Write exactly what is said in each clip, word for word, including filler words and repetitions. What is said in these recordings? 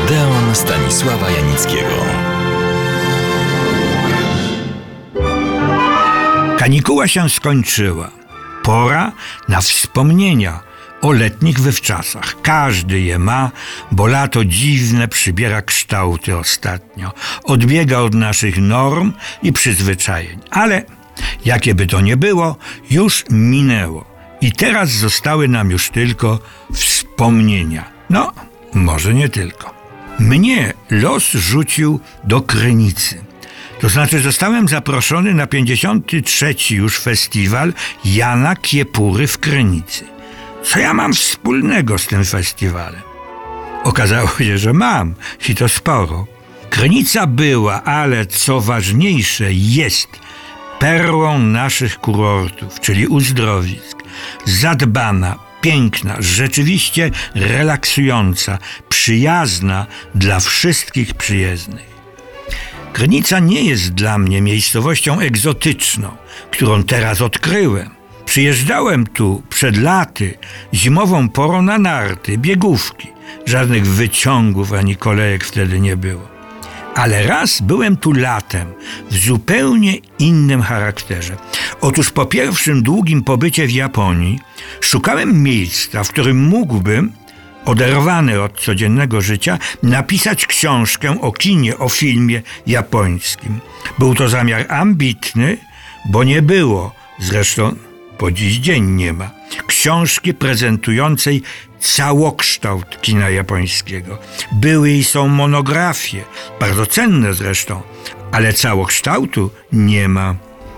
Odeon Stanisława Janickiego. Kanikuła się skończyła. Pora na wspomnienia o letnich wywczasach. Każdy je ma, bo lato dziwne przybiera kształty ostatnio. Odbiega od naszych norm i przyzwyczajeń. Ale jakie by to nie było, już minęło. I teraz zostały nam już tylko wspomnienia. No, może nie tylko. Mnie los rzucił do Krynicy. To znaczy zostałem zaproszony na pięćdziesiąty trzeci już festiwal Jana Kiepury w Krynicy. Co ja mam wspólnego z tym festiwalem? Okazało się, że mam i to sporo. Krynica była, ale co ważniejsze jest perłą naszych kurortów, czyli uzdrowisk. Zadbana, piękna, rzeczywiście relaksująca, przyjazna dla wszystkich przyjezdnych. Krynica nie jest dla mnie miejscowością egzotyczną, którą teraz odkryłem. Przyjeżdżałem tu przed laty, zimową porą na narty, biegówki. Żadnych wyciągów ani kolejek wtedy nie było. Ale raz byłem tu latem w zupełnie innym charakterze. Otóż po pierwszym długim pobycie w Japonii szukałem miejsca, w którym mógłbym, oderwany od codziennego życia, napisać książkę o kinie, o filmie japońskim. Był to zamiar ambitny, bo nie było, zresztą po dziś dzień nie ma, książki prezentującej całokształt kina japońskiego. Były i są monografie, bardzo cenne zresztą, ale całokształtu nie ma.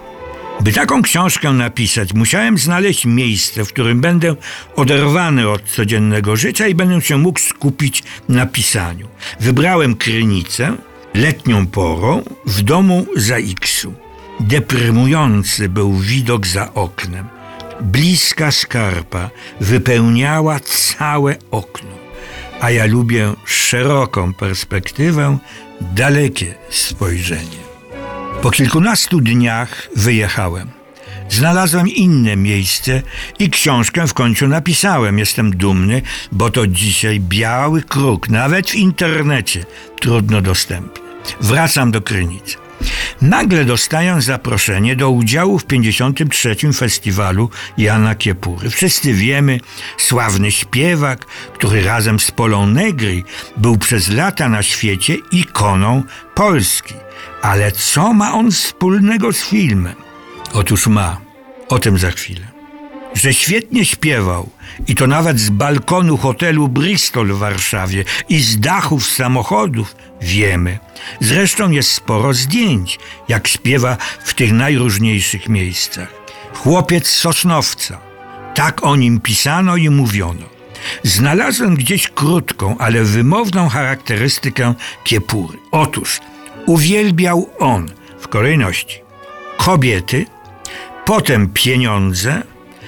By taką książkę napisać, musiałem znaleźć miejsce, w którym będę oderwany od codziennego życia i będę się mógł skupić na pisaniu. Wybrałem Krynicę letnią porą w domu Zaiksu. Deprymujący był widok za oknem. Bliska skarpa wypełniała całe okno, a ja lubię szeroką perspektywę, dalekie spojrzenie. Po kilkunastu dniach wyjechałem. Znalazłem inne miejsce i książkę w końcu napisałem. Jestem dumny, bo to dzisiaj biały kruk, nawet w internecie trudno dostępny. Wracam do Krynicy. Nagle dostaję zaproszenie do udziału w pięćdziesiątym trzecim festiwalu Jana Kiepury. Wszyscy wiemy, sławny śpiewak, który razem z Polą Negri był przez lata na świecie ikoną Polski. Ale co ma on wspólnego z filmem? Otóż ma. O tym za chwilę. Że świetnie śpiewał i to nawet z balkonu hotelu Bristol w Warszawie i z dachów samochodów wiemy. Zresztą jest sporo zdjęć, jak śpiewa w tych najróżniejszych miejscach. Chłopiec z Sosnowca. Tak o nim pisano i mówiono. Znalazłem gdzieś krótką, ale wymowną charakterystykę Kiepury. Otóż uwielbiał on w kolejności kobiety, potem pieniądze,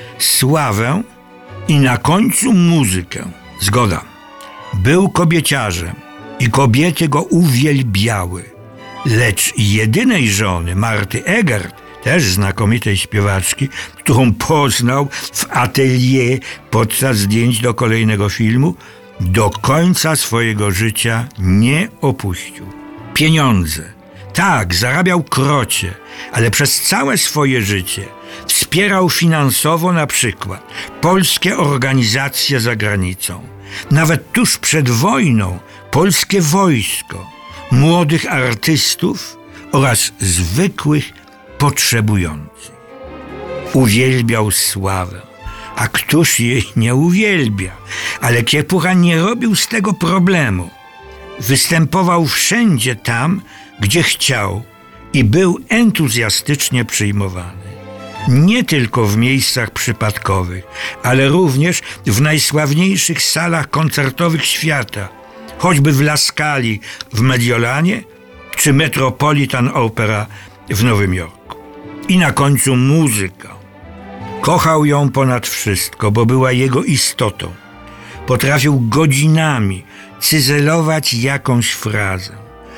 sławę i na końcu muzykę. Zgoda. Był kobieciarzem i kobiety go uwielbiały. Lecz jedynej żony, Marty Egert, też znakomitej śpiewaczki, którą poznał w atelier podczas zdjęć do kolejnego filmu, do końca swojego życia nie opuścił. Pieniądze. Tak, zarabiał krocie, ale przez całe swoje życie wspierał finansowo na przykład polskie organizacje za granicą. Nawet tuż przed wojną polskie wojsko, młodych artystów oraz zwykłych potrzebujących. Uwielbiał sławę. A któż jej nie uwielbia? Ale Kiepura nie robił z tego problemu. Występował wszędzie tam, gdzie chciał i był entuzjastycznie przyjmowany. Nie tylko w miejscach przypadkowych, ale również w najsławniejszych salach koncertowych świata, choćby w La Scali w Mediolanie czy Metropolitan Opera w Nowym Jorku. I na końcu muzyka. Kochał ją ponad wszystko, bo była jego istotą. Potrafił godzinami cyzelować jakąś frazę.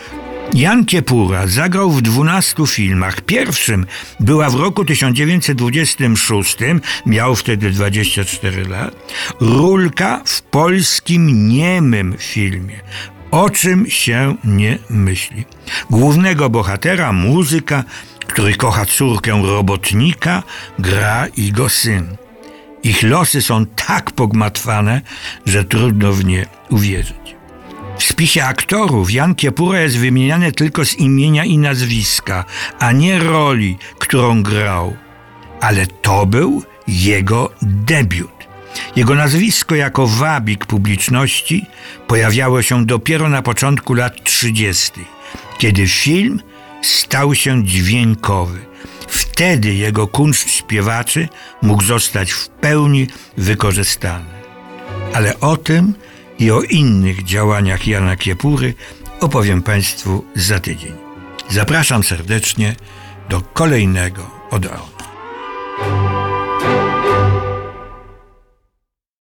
Jan Kiepura zagrał w dwunastu filmach. Pierwszym była w roku tysiąc dziewięćset dwudziestym szóstym, miał wtedy dwadzieścia cztery lat, Rulka w polskim niemym filmie o czym się nie myśli. Głównego bohatera, muzyka, który kocha córkę robotnika, gra jego syn. Ich losy są tak pogmatwane, że trudno w nie uwierzyć. W spisie aktorów Jan Kiepura jest wymieniany tylko z imienia i nazwiska, a nie roli, którą grał. Ale to był jego debiut. Jego nazwisko jako wabik publiczności pojawiało się dopiero na początku lat trzydziestych, kiedy film stał się dźwiękowy. Wtedy jego kunszt śpiewaczy mógł zostać w pełni wykorzystany. Ale o tym i o innych działaniach Jana Kiepury opowiem Państwu za tydzień. Zapraszam serdecznie do kolejnego Odeonu.